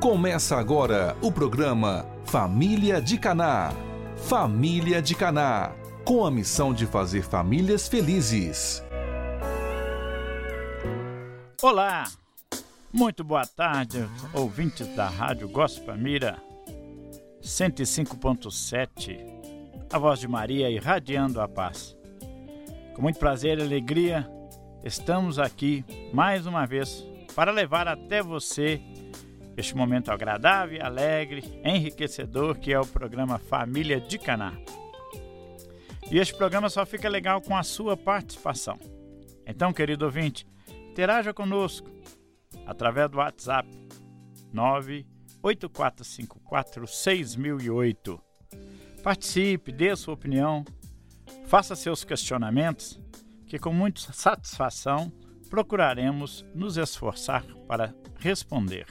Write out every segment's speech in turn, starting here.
Começa agora o programa Família de Caná. Família de Caná, com a missão de fazer famílias felizes. Olá, muito boa tarde, ouvintes da Rádio Gospel Mira 105.7, a voz de Maria irradiando a paz. Com muito prazer e alegria, estamos aqui mais uma vez para levar até você este momento agradável, alegre, enriquecedor que é o programa Família de Caná. E este programa só fica legal com a sua participação. Então, querido ouvinte, interaja conosco através do WhatsApp 984546008. Participe, dê a sua opinião, faça seus questionamentos, que com muita satisfação procuraremos nos esforçar para responder.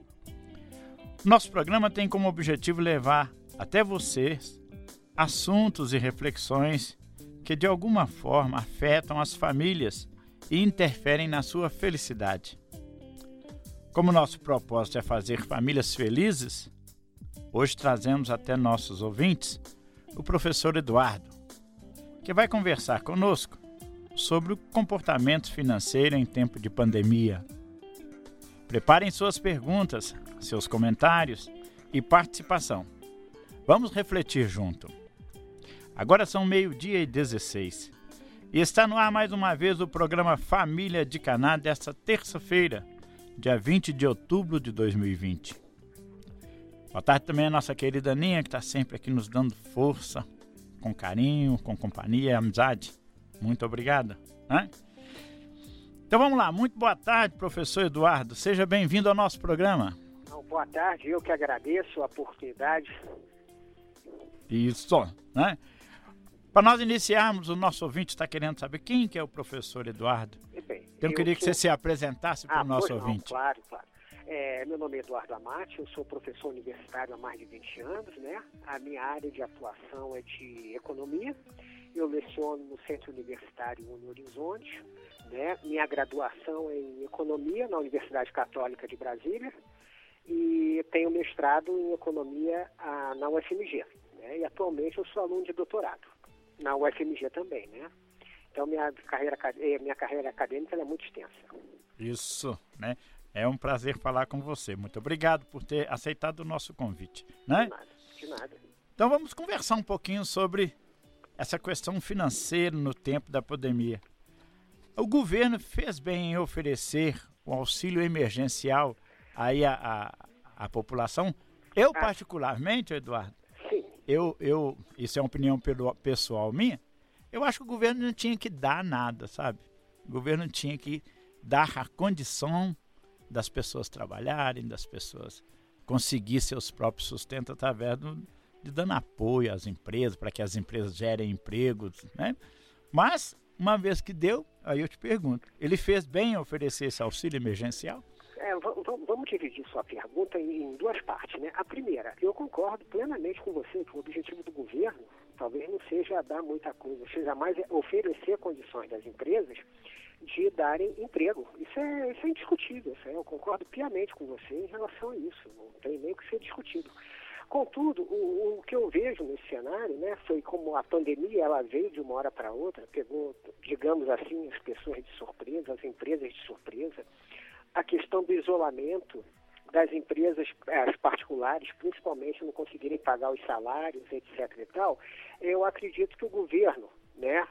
Nosso programa tem como objetivo levar até vocês assuntos e reflexões que de alguma forma afetam as famílias e interferem na sua felicidade. Como nosso propósito é fazer famílias felizes, hoje trazemos até nossos ouvintes o professor Eduardo, que vai conversar conosco sobre o comportamento financeiro em tempo de pandemia. Preparem suas perguntas, seus comentários e participação. Vamos refletir junto. Agora são 12:16 e está no ar mais uma vez o programa Família de Caná desta terça-feira, dia 20 de outubro de 2020. Boa tarde também a nossa querida Aninha, que está sempre aqui nos dando força, com carinho, com companhia e amizade. Muito obrigada. Então vamos lá, muito boa tarde, professor Eduardo. Seja bem-vindo ao nosso programa. Boa tarde, eu que agradeço a oportunidade. Isso, né? Para nós iniciarmos, o nosso ouvinte está querendo saber quem que é o professor Eduardo. Bem, então eu queria que você se apresentasse para o nosso ouvinte. Claro. Meu nome é Eduardo Amati, eu sou professor universitário há mais de 20 anos, né? A minha área de atuação é de economia. Eu leciono no Centro Universitário Uni Horizonte, né? Minha graduação é em economia na Universidade Católica de Brasília e tenho mestrado em economia na UFMG, né? E atualmente eu sou aluno de doutorado na UFMG também, né? Então minha carreira acadêmica é muito extensa. Isso, né? É um prazer falar com você. Muito obrigado por ter aceitado o nosso convite, né? De nada. Então vamos conversar um pouquinho sobre essa questão financeira no tempo da pandemia. O governo fez bem em oferecer o auxílio emergencial aí à população. Eu, particularmente, Eduardo, sim. Isso é uma opinião pessoal minha, eu acho que o governo não tinha que dar nada, sabe? O governo tinha que dar a condição das pessoas trabalharem, das pessoas conseguir seus próprios sustentos através de dando apoio às empresas, para que as empresas gerem empregos, né? Mas, uma vez que deu, aí eu te pergunto, ele fez bem em oferecer esse auxílio emergencial? Vamos dividir sua pergunta em duas partes, né? A primeira, eu concordo plenamente com você que o objetivo do governo talvez não seja dar muita coisa, seja mais oferecer condições das empresas de darem emprego. Isso é indiscutível, eu concordo piamente com você em relação a isso, não tem nem que ser discutido. Contudo, o que eu vejo nesse cenário, né, foi como a pandemia ela veio de uma hora para outra, pegou, digamos assim, as pessoas de surpresa, as empresas de surpresa, a questão do isolamento das empresas as particulares, principalmente não conseguirem pagar os salários, etc. e tal, eu acredito que o governo, né,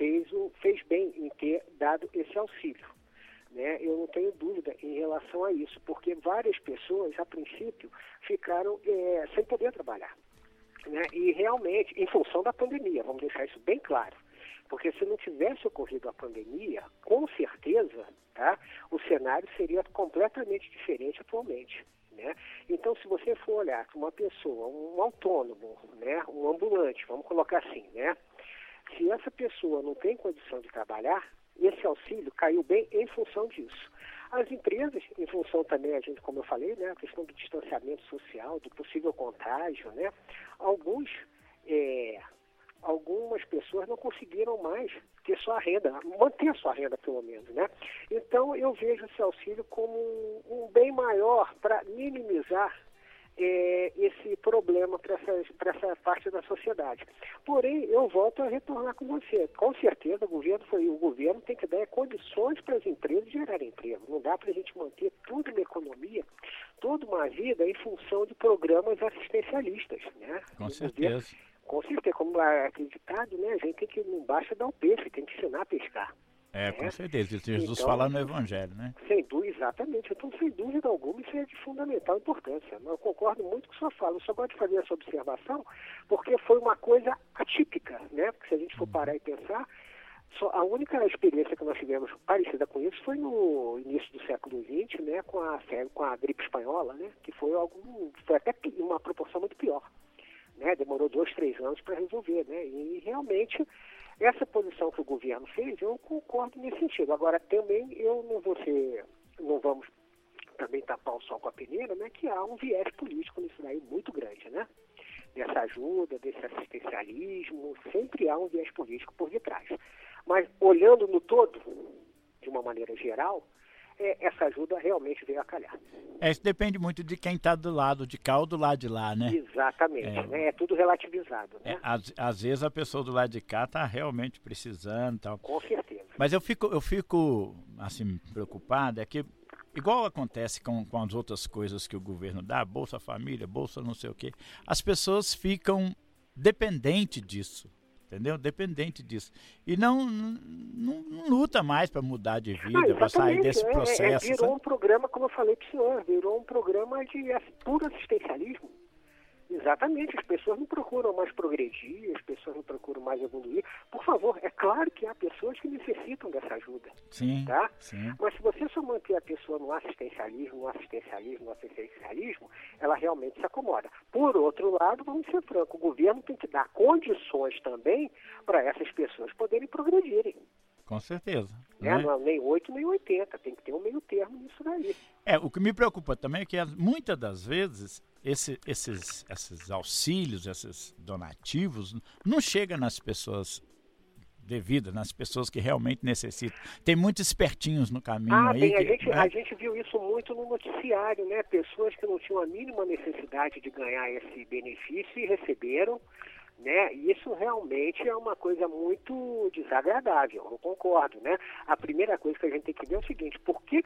fez bem em ter dado esse auxílio, né? Eu não tenho dúvida em relação a isso, porque várias pessoas, a princípio, ficaram sem poder trabalhar, né? E realmente, em função da pandemia, vamos deixar isso bem claro, porque se não tivesse ocorrido a pandemia, com certeza, tá, o cenário seria completamente diferente atualmente, né? Então, se você for olhar para uma pessoa, um autônomo, né, um ambulante, vamos colocar assim, né? Se essa pessoa não tem condição de trabalhar, esse auxílio caiu bem em função disso. As empresas, em função também, como eu falei, né, a questão do distanciamento social, do possível contágio, né, algumas pessoas não conseguiram mais ter sua renda, manter sua renda pelo menos, né? Então eu vejo esse auxílio como um bem maior para minimizar esse problema para essa parte da sociedade. Porém, eu volto a retornar com você. Com certeza, o governo tem que dar condições para as empresas gerarem emprego. Não dá para a gente manter tudo na economia, toda uma vida em função de programas assistencialistas, né? Com certeza. Com certeza, como é acreditado, né? A gente tem que, não basta dar o peixe, tem que ensinar a pescar. Com certeza. Jesus então, fala no Evangelho, né? Sem dúvida, exatamente. Então, sem dúvida alguma, isso é de fundamental importância. Eu concordo muito com o senhor fala. Eu só gosto de fazer essa observação porque foi uma coisa atípica, né? Porque se a gente for parar e pensar, a única experiência que nós tivemos parecida com isso foi no início do século XX, né? Com a gripe espanhola, né? Que foi até uma proporção muito pior, né? Demorou 2, 3 anos para resolver, né? E realmente essa posição que o governo fez, eu concordo nesse sentido. Agora, também não vamos também tapar o sol com a peneira, né, que há um viés político nisso daí muito grande, né? Dessa ajuda, desse assistencialismo, sempre há um viés político por detrás. Mas, olhando no todo, de uma maneira geral, essa ajuda realmente veio a calhar. Isso depende muito de quem está do lado de cá ou do lado de lá, né? Exatamente, né? É tudo relativizado, né? Às vezes a pessoa do lado de cá está realmente precisando e tal. Com certeza. Mas eu fico assim, preocupado, que igual acontece com as outras coisas que o governo dá, Bolsa Família, Bolsa não sei o quê, as pessoas ficam dependentes disso. Entendeu? Dependente disso. E não luta mais para mudar de vida, para sair desse processo. Virou um programa, como eu falei para o senhor, virou um programa de puro assistencialismo. Exatamente, as pessoas não procuram mais progredir, as pessoas não procuram mais evoluir. Por favor, é claro que há pessoas que necessitam dessa ajuda. Sim, tá? Sim. Mas se você só manter a pessoa no assistencialismo, ela realmente se acomoda. Por outro lado, vamos ser francos, o governo tem que dar condições também para essas pessoas poderem progredirem. Com certeza. Né? Não é nem 8 nem 80, tem que ter um meio termo nisso daí. O que me preocupa também é que muitas das vezes esses auxílios, esses donativos, não chegam nas pessoas devidas, nas pessoas que realmente necessitam. Tem muitos espertinhos no caminho aí. A gente viu isso muito no noticiário, né? Pessoas que não tinham a mínima necessidade de ganhar esse benefício e receberam, né? E isso realmente é uma coisa muito desagradável, eu concordo, né? A primeira coisa que a gente tem que ver é o seguinte: por que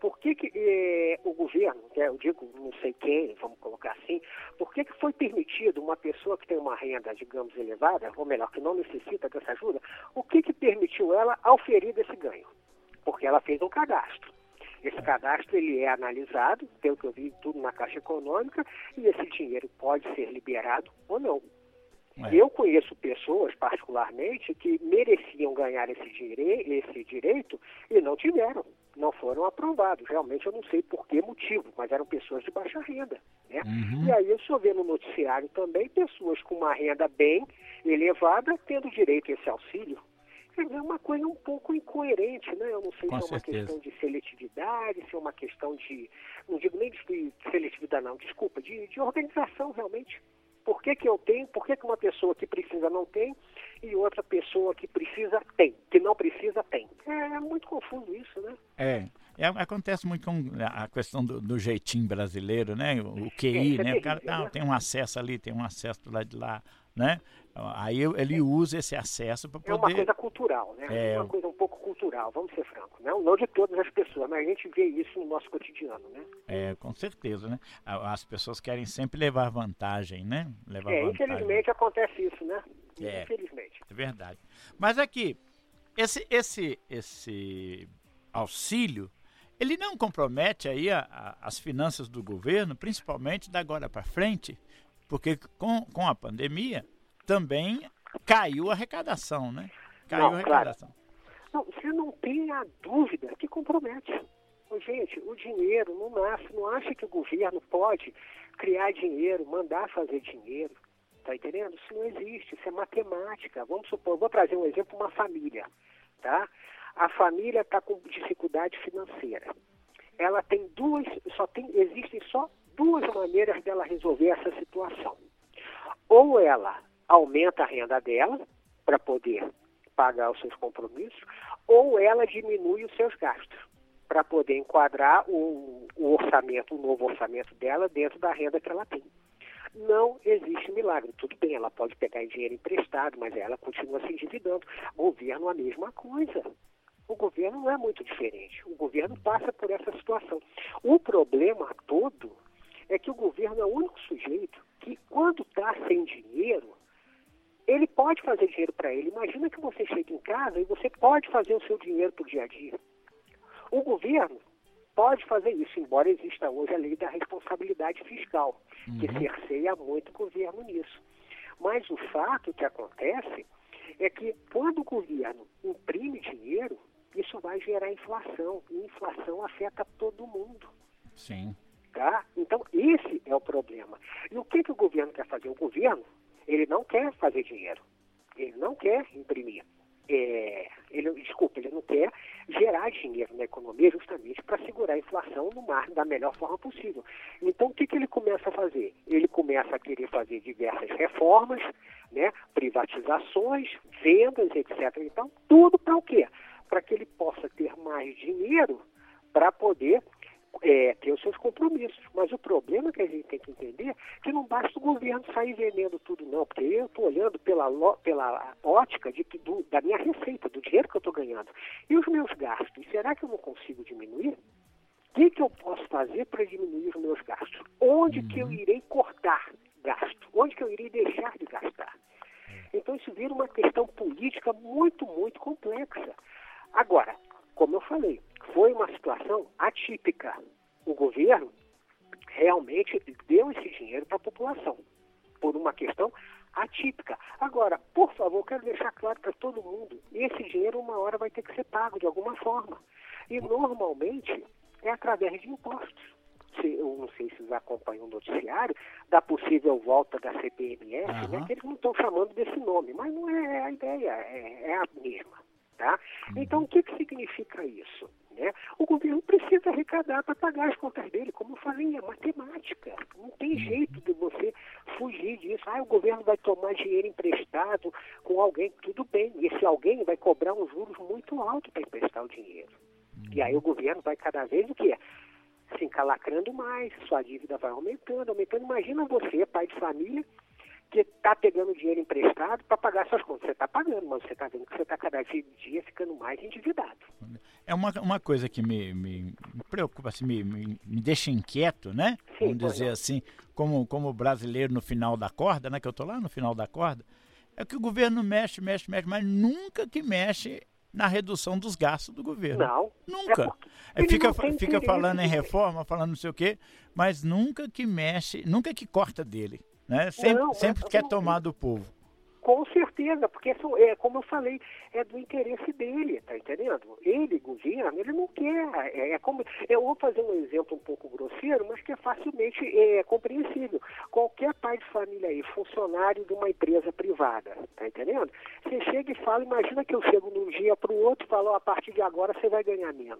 o governo, eu digo não sei quem, vamos colocar assim, por que foi permitido uma pessoa que tem uma renda, digamos, elevada, ou melhor, que não necessita dessa ajuda, o que permitiu ela auferir desse ganho? Porque ela fez um cadastro. Esse cadastro ele é analisado, pelo que eu vi, tudo na Caixa Econômica, e esse dinheiro pode ser liberado ou não. Eu conheço pessoas, particularmente, que mereciam ganhar esse direito e não tiveram, não foram aprovados. Realmente eu não sei por que motivo, mas eram pessoas de baixa renda, né? E aí eu só vejo no noticiário também pessoas com uma renda bem elevada tendo direito a esse auxílio. É uma coisa um pouco incoerente, né? Eu não sei se é uma questão de seletividade, se é uma questão de, não digo nem de seletividade não, desculpa, de organização realmente. Por que eu tenho, por que uma pessoa que precisa não tem e outra pessoa que precisa tem, que não precisa tem? É muito confuso isso, né? Acontece muito com a questão do jeitinho brasileiro, né? O QI, né? O cara tem um acesso ali, tem um acesso do lado de lá, né? Aí ele usa esse acesso para poder... É uma coisa cultural, né? É uma coisa um pouco cultural, vamos ser francos, né? Não de todas as pessoas, mas a gente vê isso no nosso cotidiano, né? Com certeza, né? As pessoas querem sempre levar vantagem, né? Infelizmente acontece isso, né? Infelizmente. É verdade. Mas aqui, esse auxílio, ele não compromete aí as finanças do governo, principalmente da agora para frente, porque com a pandemia também caiu a arrecadação, né? Caiu a arrecadação. Claro. Não, você não tem a dúvida que compromete. Gente, o dinheiro não nasce, não acha que o governo pode criar dinheiro, mandar fazer dinheiro. Tá entendendo? Isso não existe, isso é matemática. Vamos supor, vou trazer um exemplo, uma família, tá? A família está com dificuldade financeira. Ela tem existem só duas maneiras dela resolver essa situação. Ou ela aumenta a renda dela para poder pagar os seus compromissos, ou ela diminui os seus gastos para poder enquadrar o orçamento, o novo orçamento dela dentro da renda que ela tem. Não existe milagre. Tudo bem, ela pode pegar dinheiro emprestado, mas ela continua se endividando. O governo, a mesma coisa. O governo não é muito diferente. O governo passa por essa situação. O problema todo é que o governo é o único sujeito que, quando está sem dinheiro, ele pode fazer dinheiro para ele. Imagina que você chega em casa e você pode fazer o seu dinheiro para o dia a dia. O governo pode fazer isso, embora exista hoje a lei da responsabilidade fiscal, que cerceia muito o governo nisso. Mas o fato que acontece é que quando o governo imprime dinheiro, isso vai gerar inflação, e inflação afeta todo mundo. Sim. Tá? Então, esse é o problema. E o que o governo quer fazer? O governo, ele não quer fazer dinheiro, ele não quer imprimir. Ele não quer gerar dinheiro na economia justamente para segurar a inflação da melhor forma possível. Então, o que ele começa a fazer? Ele começa a querer fazer diversas reformas, né, privatizações, vendas, etc. Então, tudo para o quê? Para que ele possa ter mais dinheiro para poder ter os seus compromissos. Mas o problema que a gente tem que entender é que não basta o governo sair vendendo tudo, não, porque eu estou olhando pela ótica da minha receita, do dinheiro que eu estou ganhando. E os meus gastos, será que eu não consigo diminuir? O que eu posso fazer para diminuir os meus gastos? Onde que eu irei cortar gasto? Onde que eu irei deixar de gastar? Então isso vira uma questão política muito, muito complexa. Agora, como eu falei, foi uma situação atípica. O governo realmente deu esse dinheiro para a população, por uma questão atípica. Agora, por favor, quero deixar claro para todo mundo, esse dinheiro uma hora vai ter que ser pago de alguma forma. E normalmente é através de impostos. Eu não sei se vocês acompanham o noticiário da possível volta da CPMF, né, que eles não estão chamando desse nome, mas não é a ideia, é a mesma. Tá? Então, o que significa isso? Né? O governo precisa arrecadar para pagar as contas dele, como eu falei, é matemática. Não tem jeito de você fugir disso. O governo vai tomar dinheiro emprestado com alguém, tudo bem. E esse alguém vai cobrar uns juros muito altos para emprestar o dinheiro. E aí o governo vai cada vez o quê? Se encalacrando mais, sua dívida vai aumentando. Imagina você, pai de família, que está pegando dinheiro emprestado para pagar suas contas. Você está pagando, mas você está vendo que você está cada dia ficando mais endividado. É uma coisa que me preocupa, assim, me deixa inquieto, né? Sim, vamos dizer assim, como brasileiro no final da corda, né? Que eu estou lá no final da corda, é que o governo mexe, mas nunca que mexe na redução dos gastos do governo. Não. Nunca. Fica falando em reforma, falando não sei o quê, mas nunca que mexe, nunca que corta dele. Né? Sempre quer tomar do povo. Com certeza, porque como eu falei, é do interesse dele, tá entendendo? Ele, governo, ele não quer. Eu vou fazer um exemplo um pouco grosseiro, mas que é facilmente compreensível. Qualquer pai de família aí, funcionário de uma empresa privada, tá entendendo? Você chega e fala, imagina que eu chego de um dia para o outro e falo, a partir de agora você vai ganhar menos.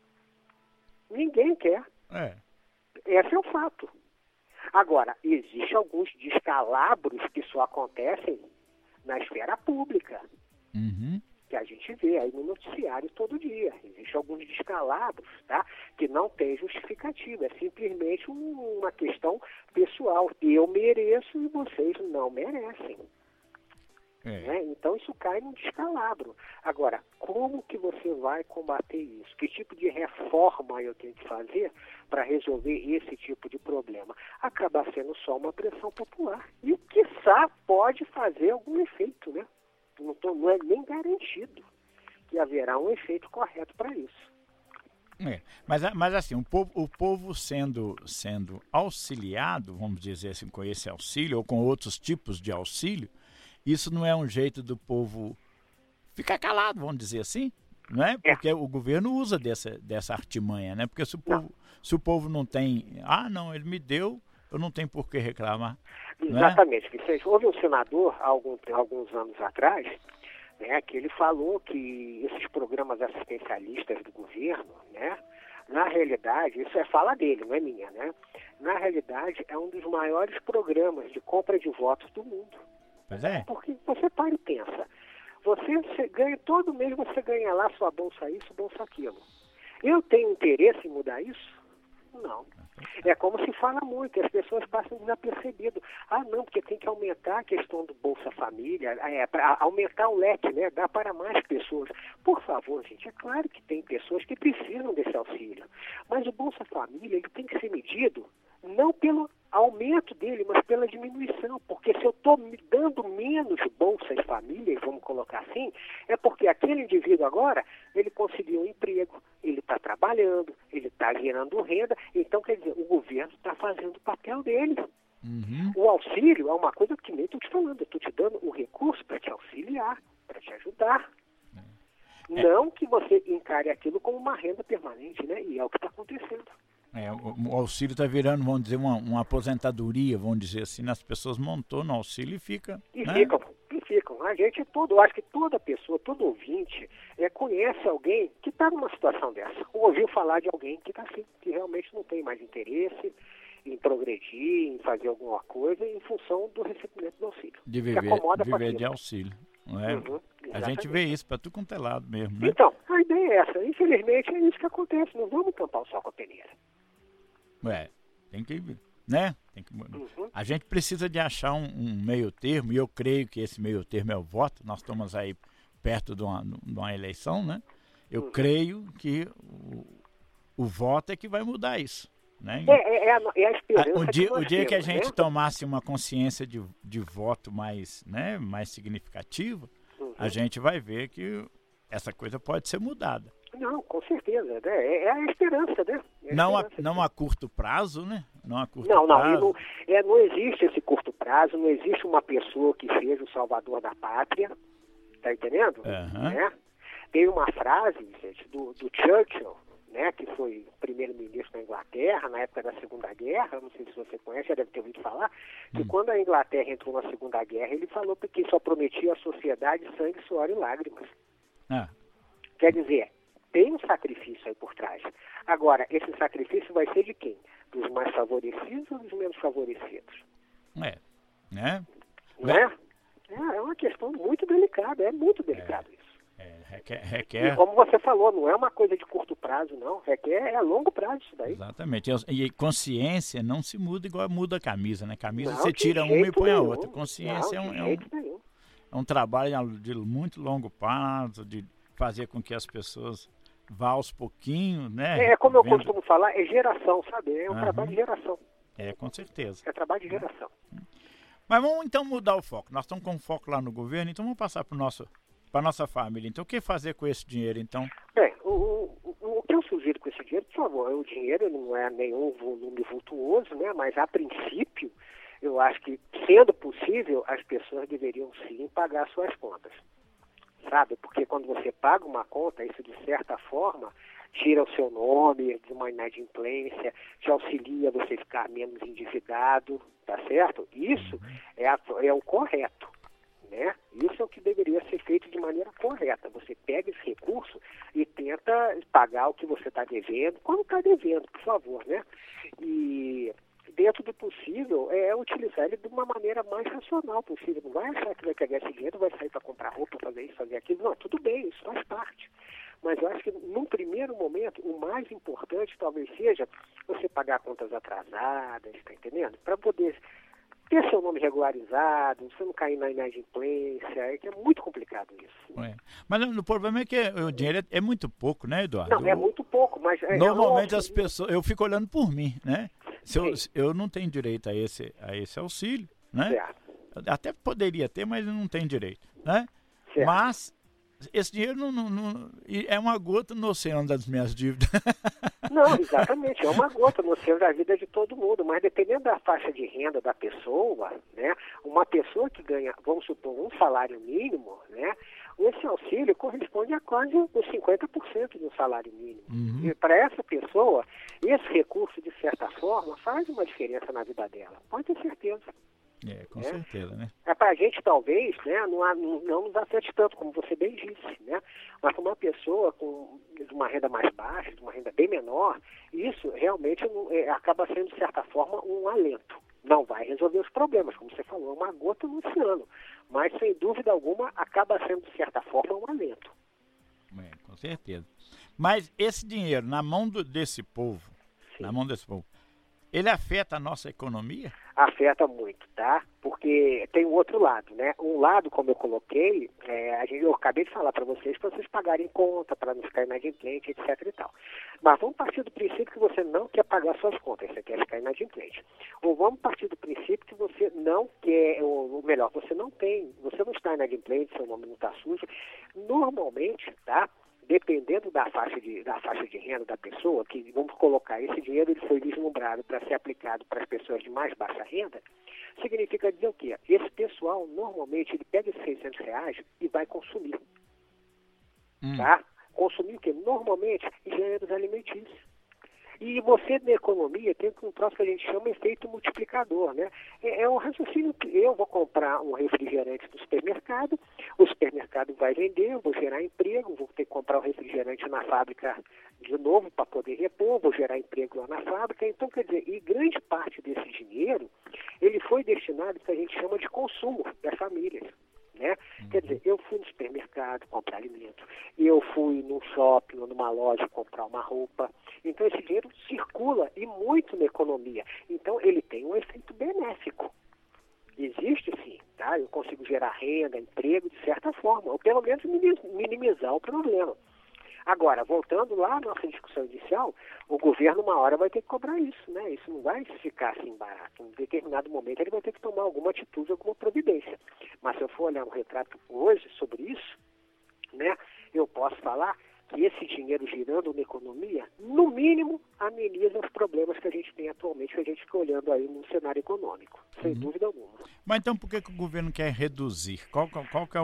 Ninguém quer. Esse é o fato. Agora, existem alguns descalabros que só acontecem na esfera pública, que a gente vê aí no noticiário todo dia. Existem alguns descalabros, tá? Que não tem justificativa, é simplesmente uma questão pessoal. Eu mereço e vocês não merecem. Né? Então isso cai num descalabro. Agora, como que você vai combater isso? Que tipo de reforma eu tenho que fazer para resolver esse tipo de problema? Acaba sendo só uma pressão popular. E o quiçá pode fazer algum efeito, né? Não é nem garantido que haverá um efeito correto para isso. Mas assim, o povo sendo auxiliado, vamos dizer assim, com esse auxílio ou com outros tipos de auxílio, isso não é um jeito do povo ficar calado, vamos dizer assim, não é? Porque o governo usa dessa artimanha, né? Porque se o povo não tem, não, ele me deu, eu não tenho por que reclamar. Exatamente. Houve um senador, há alguns anos atrás, né, que ele falou que esses programas assistencialistas do governo, né, na realidade, isso é fala dele, não é minha, né? Na realidade, é um dos maiores programas de compra de votos do mundo. Pois é. Porque você para e pensa, Você ganha, todo mês você ganha lá sua bolsa isso, bolsa aquilo. Eu tenho interesse em mudar isso? Não. É como se fala muito, as pessoas passam desapercebido. Não, porque tem que aumentar a questão do Bolsa Família, para aumentar o leque, né? Dá para mais pessoas. Por favor, gente, é claro que tem pessoas que precisam desse auxílio. Mas o Bolsa Família, ele tem que ser medido não pelo aumento dele, mas pela diminuição. Porque se eu estou me dando menos bolsas famílias, vamos colocar assim, é porque aquele indivíduo agora, ele conseguiu um emprego, ele está trabalhando, ele está gerando renda, então, quer dizer, o governo está fazendo o papel dele. Uhum. O auxílio é uma coisa que nem estou te falando, eu estou te dando um recurso para te auxiliar, para te ajudar. Não que você encare aquilo como uma renda permanente, né? E é o que está acontecendo. O auxílio está virando, vamos dizer, uma aposentadoria, vamos dizer assim, as pessoas montou no auxílio e ficam. E né? ficam. A gente eu acho que toda pessoa, todo ouvinte, conhece alguém que está numa situação dessa. Ou ouviu falar de alguém que está assim, que realmente não tem mais interesse em progredir, em fazer alguma coisa em função do recebimento do auxílio. De viver de auxílio. Não é? Uhum, a gente vê isso para tudo quanto é lado mesmo, né? Então, a ideia é essa. Infelizmente, é isso que acontece. Não vamos tampar o sol com a peneira. Tem que, né? A gente precisa de achar um meio termo, e eu creio que esse meio termo é o voto. Nós estamos aí perto de uma eleição, né? Eu creio que o voto é que vai mudar isso. Né? É a esperança o dia que a gente né? tomasse uma consciência de voto mais significativa, a gente vai ver que essa coisa pode ser mudada. Não, com certeza. Né? É a esperança, né? Não a curto prazo, né? Não existe esse curto prazo, não existe uma pessoa que seja o salvador da pátria, tá entendendo? Uhum. Né? Tem uma frase, gente, do Churchill, né, que foi primeiro-ministro da Inglaterra na época da Segunda Guerra, não sei se você conhece, já deve ter ouvido falar, que quando a Inglaterra entrou na Segunda Guerra, ele falou que só prometia à sociedade sangue, suor e lágrimas. Quer dizer, tem um sacrifício aí por trás. Agora, esse sacrifício vai ser de quem? Dos mais favorecidos ou dos menos favorecidos? Né? Não é? É uma questão muito delicada, é muito delicado isso. Requer... E como você falou, não é uma coisa de curto prazo, não. Requer a longo prazo isso daí. Exatamente. E consciência não se muda igual muda a camisa, né? Camisa não, você tira uma e põe a outra. Não, consciência é um trabalho de muito longo prazo, de fazer com que as pessoas vá aos pouquinhos, né? Como eu costumo falar, é geração, sabe? É um trabalho de geração. Com certeza. É trabalho de geração. Mas vamos então mudar o foco. Nós estamos com foco lá no governo, então vamos passar para a nossa família. Então, o que fazer com esse dinheiro, então? Bem, o que eu sugiro com esse dinheiro, por favor, o dinheiro não é nenhum volume vultuoso, né? Mas, a princípio, eu acho que, sendo possível, as pessoas deveriam, sim, pagar suas contas. Sabe? Porque quando você paga uma conta, isso, de certa forma, tira o seu nome de uma inadimplência, te auxilia a você ficar menos endividado, tá certo? Isso é o correto. Né? Isso é o que deveria ser feito de maneira correta. Você pega esse recurso e tenta pagar o que você está devendo, quando está devendo, por favor, né? E dentro do possível, utilizar ele de uma maneira mais racional possível. Não vai achar que vai pegar esse dinheiro, vai sair para comprar roupa, fazer isso, fazer aquilo. Não, tudo bem, isso faz parte. Mas eu acho que, num primeiro momento, o mais importante talvez seja você pagar contas atrasadas, tá entendendo? Para poder ter seu nome regularizado, você não cair na inadimplência, que é muito complicado isso. Mas o problema é que o dinheiro é muito pouco, né, Eduardo? Não, é muito pouco, mas... Normalmente as pessoas... Eu fico olhando por mim, né? Eu não tenho direito a esse auxílio, né? Certo. Até poderia ter, mas não tem direito, né? Certo. Mas esse dinheiro não é uma gota no oceano das minhas dívidas. Não, exatamente, é uma gota no oceano da vida de todo mundo, mas dependendo da faixa de renda da pessoa, né, uma pessoa que ganha, vamos supor, um salário mínimo, né, esse auxílio corresponde a quase os 50% do salário mínimo. E para essa pessoa, esse recurso, de certa forma, faz uma diferença na vida dela, pode ter certeza. Com certeza, né? Para a gente, talvez, né, não nos afete tanto, como você bem disse, né? Mas para uma pessoa de uma renda mais baixa, de uma renda bem menor, isso realmente acaba sendo, de certa forma, um alento, Não vai resolver os problemas, como você falou, é uma gota no oceano. Mas, sem dúvida alguma, acaba sendo, de certa forma, um alento. Com certeza. Mas esse dinheiro na mão desse povo, ele afeta a nossa economia? Afeta muito, tá? Porque tem o outro lado, né? Um lado, como eu coloquei, eu acabei de falar para vocês pagarem conta, para não ficar inadimplente, etc e tal. Mas vamos partir do princípio que você não quer pagar suas contas, você quer ficar inadimplente. Ou vamos partir do princípio que você não quer, ou melhor, você não está inadimplente, seu nome não está sujo. Normalmente, tá? Dependendo da faixa de renda da pessoa, que vamos colocar, esse dinheiro ele foi vislumbrado para ser aplicado para as pessoas de mais baixa renda, significa dizer o quê? Esse pessoal, normalmente, ele pega esses R$600 e vai consumir. Tá? Consumir o quê? Normalmente, gêneros alimentícios. E você, na economia, tem um troço que a gente chama efeito multiplicador, né? É um raciocínio que eu vou comprar um refrigerante no supermercado, o supermercado vai vender, eu vou gerar emprego, vou ter que comprar o refrigerante na fábrica de novo para poder repor, vou gerar emprego lá na fábrica. Então, quer dizer, e grande parte desse dinheiro, ele foi destinado ao que a gente chama de consumo das famílias. Né? Quer dizer, eu fui no supermercado comprar alimento, eu fui num shopping ou numa loja comprar uma roupa. Então esse dinheiro circula e muito na economia. Então ele tem um efeito benéfico. Existe sim, tá? Eu consigo gerar renda, emprego de certa forma, ou pelo menos minimizar o problema. Agora, voltando lá à nossa discussão inicial, o governo uma hora vai ter que cobrar isso, né? Isso não vai ficar assim barato. Em determinado momento ele vai ter que tomar alguma atitude, alguma providência. Mas se eu for olhar um retrato hoje sobre isso, né, eu posso falar que esse dinheiro girando na economia, no mínimo, ameniza os problemas que a gente tem atualmente, que a gente fica olhando aí no cenário econômico, sem dúvida alguma. Mas então por que o governo quer reduzir? Qual que é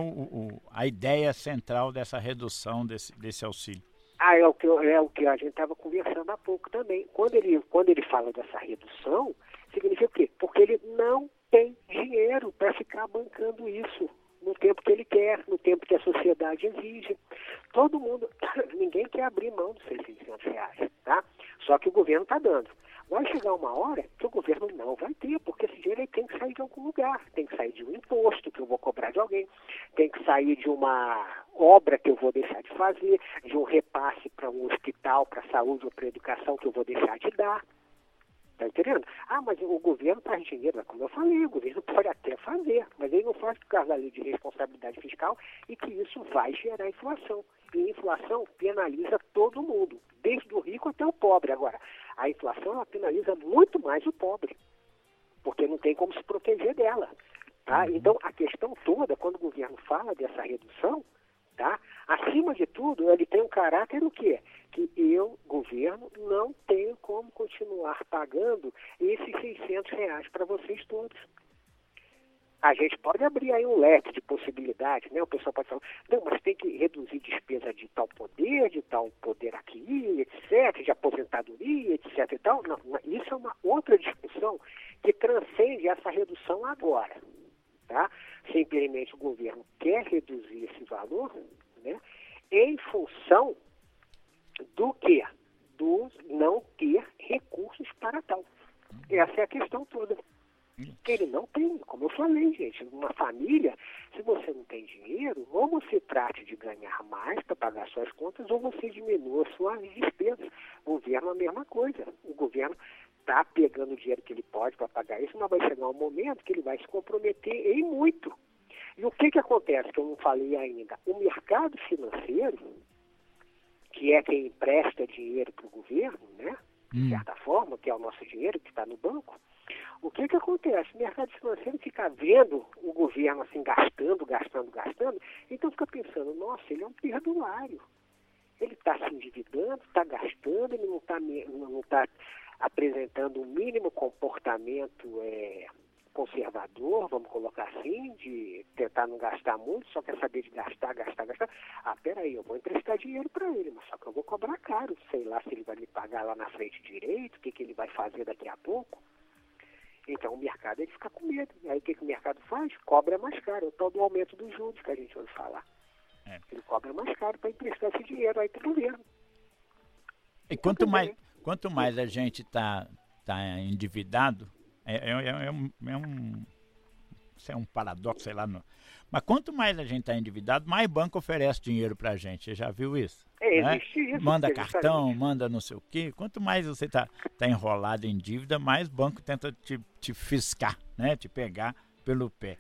a ideia central dessa redução desse auxílio? É o que a gente estava conversando há pouco também. Quando ele fala dessa redução, significa o quê? Porque ele não tem dinheiro para ficar bancando isso no tempo que ele quer, no tempo que a sociedade exige. Todo mundo, ninguém quer abrir mão dos R$600, tá? Só que o governo está dando. Vai chegar uma hora que o governo não vai ter, porque esse dinheiro tem que sair de algum lugar. Tem que sair de um imposto que eu vou cobrar de alguém, tem que sair de uma obra que eu vou deixar de fazer, de um repasse para um hospital, para a saúde ou para a educação que eu vou deixar de dar. Está entendendo? Mas o governo traz dinheiro, como eu falei, o governo pode até fazer, mas ele não faz por causa da lei de responsabilidade fiscal e que isso vai gerar inflação. E a inflação penaliza todo mundo, desde o rico até o pobre. Agora, a inflação ela penaliza muito mais o pobre, porque não tem como se proteger dela. Tá? Então, a questão toda, quando o governo fala dessa redução, tá? Acima de tudo, ele tem um caráter o quê? Que eu, governo, não tenho como continuar pagando esses R$600 para vocês todos. A gente pode abrir aí um leque de possibilidades, né? O pessoal pode falar, não, mas tem que reduzir despesa de tal poder aqui, etc., de aposentadoria, etc. e tal. Não, isso é uma outra discussão que transcende essa redução agora. Tá? Simplesmente o governo quer reduzir esse valor, né, em função do quê? Do não ter recursos para tal. Essa é a questão toda. Ele não tem, como eu falei, gente, uma família, se você não tem dinheiro, ou você trate de ganhar mais para pagar suas contas, ou você diminua suas despesas. O governo é a mesma coisa. O governo está pegando o dinheiro que ele pode para pagar isso, mas vai chegar um momento que ele vai se comprometer em muito. E o que acontece, que eu não falei ainda? O mercado financeiro, que é quem empresta dinheiro para o governo, né, de certa forma, que é o nosso dinheiro que está no banco, o que acontece? O mercado financeiro fica vendo o governo assim gastando, então fica pensando, nossa, ele é um perdulário. Ele está se endividando, está gastando, ele não está apresentando um mínimo comportamento conservador, vamos colocar assim, de tentar não gastar muito, só quer saber de gastar. Peraí, eu vou emprestar dinheiro para ele, mas só que eu vou cobrar caro, sei lá se ele vai me pagar lá na frente direito, o que ele vai fazer daqui a pouco. Então o mercado ele fica com medo. Aí o que o mercado faz? Cobra mais caro, é o tal do aumento dos juros que a gente ouve falar. Ele cobra mais caro para emprestar esse dinheiro aí para o governo. E quanto mais a gente está endividado, Isso é um paradoxo, sei lá. Mas quanto mais a gente está endividado, mais banco oferece dinheiro para a gente. Você já viu isso? Existe isso. Manda cartão, manda não sei o quê. Quanto mais você tá enrolado em dívida, mais banco tenta te fiscar, né? Te pegar pelo pé.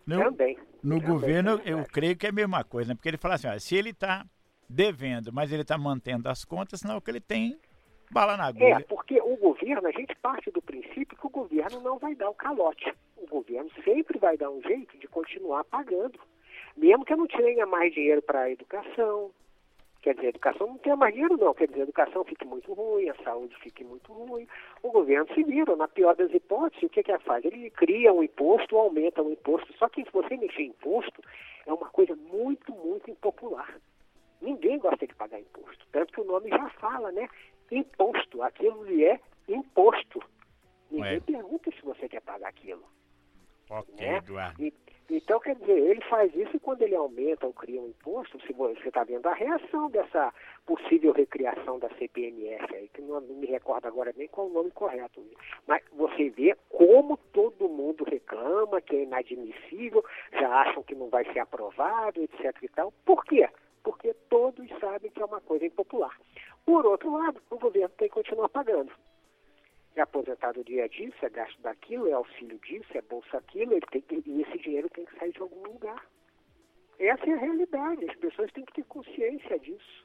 No governo, eu creio que é a mesma coisa, né? Porque ele fala assim, ó, se ele está devendo, mas ele está mantendo as contas, senão que ele tem bala na agulha. Porque o governo, a gente parte do princípio que o governo não vai dar o calote. O governo sempre vai dar um jeito de continuar pagando. Mesmo que eu não tenha mais dinheiro para a educação. Quer dizer, a educação não tem mais dinheiro, não. Quer dizer, a educação fique muito ruim, a saúde fique muito ruim. O governo se vira. Na pior das hipóteses, o que faz? Ele cria um imposto, aumenta o imposto. Só que se você mexer em imposto, é uma coisa muito, muito impopular. Ninguém gosta de pagar imposto. Tanto que o nome já fala, né? Imposto. Aquilo lhe é imposto. Ninguém pergunta se você quer pagar aquilo. Ok, né? Eduardo. Então, quer dizer, ele faz isso e quando ele aumenta ou cria um imposto, se você está vendo a reação dessa possível recriação da CPMF, aí, que não me recordo agora nem qual o nome correto, mas você vê como todo mundo reclama, que é inadmissível, já acham que não vai ser aprovado, etc. e tal. Por quê? Porque todos sabem que é uma coisa impopular. Por outro lado, o governo tem que continuar pagando. É aposentadoria disso, é gasto daquilo, é auxílio disso, é bolsa aquilo, e esse dinheiro tem que sair de algum lugar. Essa é a realidade, as pessoas têm que ter consciência disso.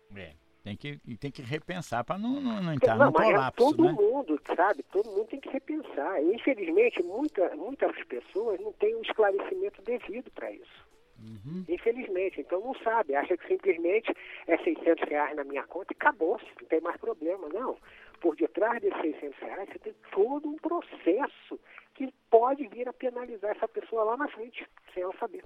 Tem que repensar para não entrar no colapso, todo né? mundo, sabe? Todo mundo tem que repensar. E, infelizmente, muitas pessoas não têm um esclarecimento devido para isso. Uhum. Infelizmente, então não sabe, acha que simplesmente é R$600 na minha conta e acabou-se, não tem mais problema, não. Por detrás desses R$600 você tem todo um processo que pode vir a penalizar essa pessoa lá na frente, sem ela saber.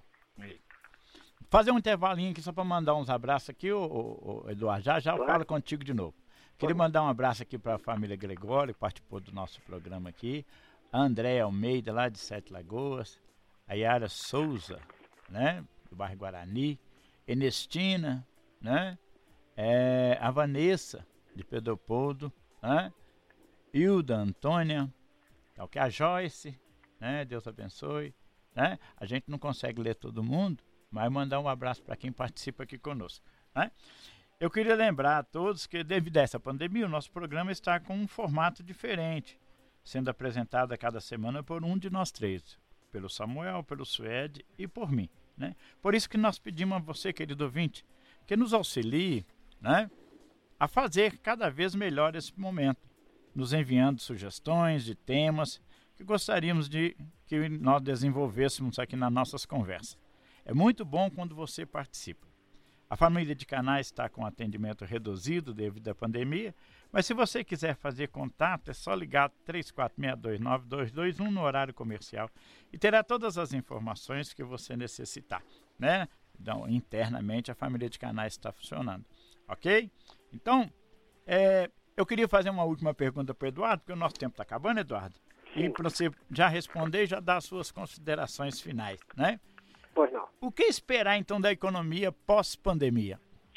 Fazer um intervalinho aqui só para mandar uns abraços aqui, o Eduardo, já claro. Eu falo contigo de novo. Queria mandar um abraço aqui para a família Gregório, que participou do nosso programa aqui, a Andréia Almeida, lá de Sete Lagoas, a Yara Souza, né, do bairro Guarani, Ernestina, né, a Vanessa, de Pedropoldo, né, Hilda Antônia, a Joyce, né, Deus abençoe, né, a gente não consegue ler todo mundo, mas mandar um abraço para quem participa aqui conosco, né. Eu queria lembrar a todos que devido a essa pandemia, o nosso programa está com um formato diferente, sendo apresentado a cada semana por um de nós três, pelo Samuel, pelo Suede e por mim, né? Por isso que nós pedimos a você, querido ouvinte, que nos auxilie, né, a fazer cada vez melhor esse momento, nos enviando sugestões de temas que gostaríamos de que nós desenvolvêssemos aqui nas nossas conversas. É muito bom quando você participa. A família de canais está com atendimento reduzido devido à pandemia, mas se você quiser fazer contato, é só ligar 34629221 no horário comercial e terá todas as informações que você necessitar, né? Então, internamente, a família de canais está funcionando, ok? Então, eu queria fazer uma última pergunta para o Eduardo, porque o nosso tempo está acabando, Eduardo, e para você já responder e já dar as suas considerações finais, né? Pois não. O que esperar, então, da economia pós-pandemia?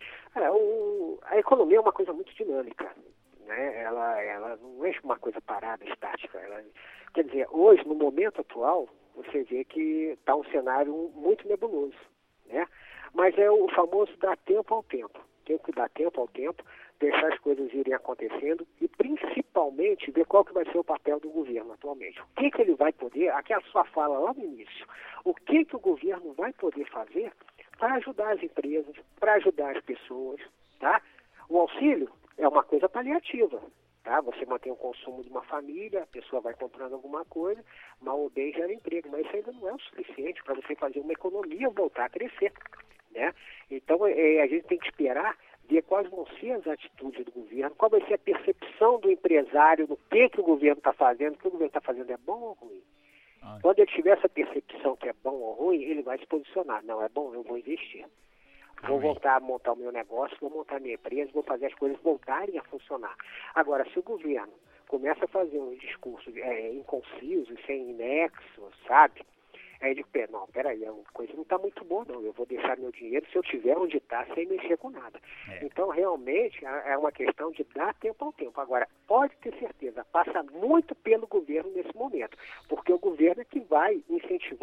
A economia é uma coisa muito dinâmica, né? Ela não é uma coisa parada, estática. Quer dizer, hoje, no momento atual, você vê que está um cenário muito nebuloso, né? Mas é o famoso dar tempo ao tempo. Tem que dar tempo ao tempo, deixar as coisas irem acontecendo e, principalmente, ver qual que vai ser o papel do governo atualmente. O que ele vai poder, aquela sua fala lá no início, o que o governo vai poder fazer para ajudar as empresas, para ajudar as pessoas, tá? O auxílio é uma coisa paliativa, tá? Você mantém o consumo de uma família, a pessoa vai comprando alguma coisa, mal ou bem gera emprego, mas isso ainda não é o suficiente para você fazer uma economia voltar a crescer, né? Então, a gente tem que esperar ver quais vão ser as atitudes do governo, qual vai ser a percepção do empresário do que o governo está fazendo, o que o governo está fazendo é bom ou ruim. Quando ele tiver essa percepção que é bom ou ruim, ele vai se posicionar. Não, é bom, eu vou investir. Vou voltar a montar o meu negócio, vou montar a minha empresa, vou fazer as coisas voltarem a funcionar. Agora, se o governo começa a fazer um discurso inconciso, sem nexo, sabe? Aí ele diz, não, peraí, a coisa não está muito boa, não. Eu vou deixar meu dinheiro se eu tiver onde está, sem mexer com nada. Então, realmente, é uma questão de dar tempo ao tempo. Agora, pode ter certeza, passa muito pelo governo nesse momento.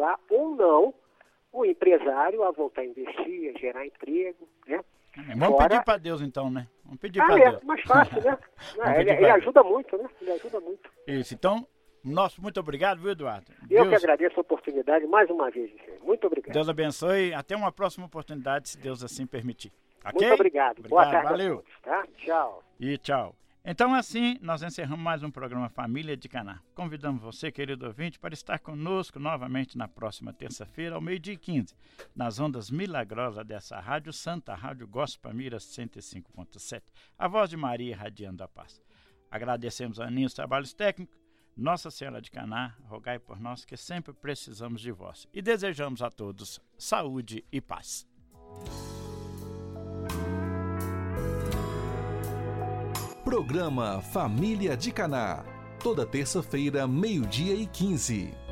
incentivar ou não o empresário a voltar a investir, a gerar emprego, né? Vamos pedir para Deus então, né? Vamos pedir para Deus. Mais fácil, né? Ele ajuda muito, né? Ele ajuda muito. Isso, então, muito obrigado, viu, Eduardo? Eu que agradeço a oportunidade mais uma vez, muito obrigado. Deus abençoe, até uma próxima oportunidade, se Deus assim permitir. Okay? Muito obrigado. Boa tarde. Valeu. A todos, tá? Tchau. E tchau. Então, assim, nós encerramos mais um programa Família de Caná. Convidamos você, querido ouvinte, para estar conosco novamente na próxima terça-feira, ao 12h15, nas ondas milagrosas dessa Rádio Santa, Rádio Gospel Mira 105.7. A voz de Maria irradiando a paz. Agradecemos a Aninha os trabalhos técnicos. Nossa Senhora de Caná, rogai por nós que sempre precisamos de vós. E desejamos a todos saúde e paz. Programa Família de Caná. Toda terça-feira, 12h15.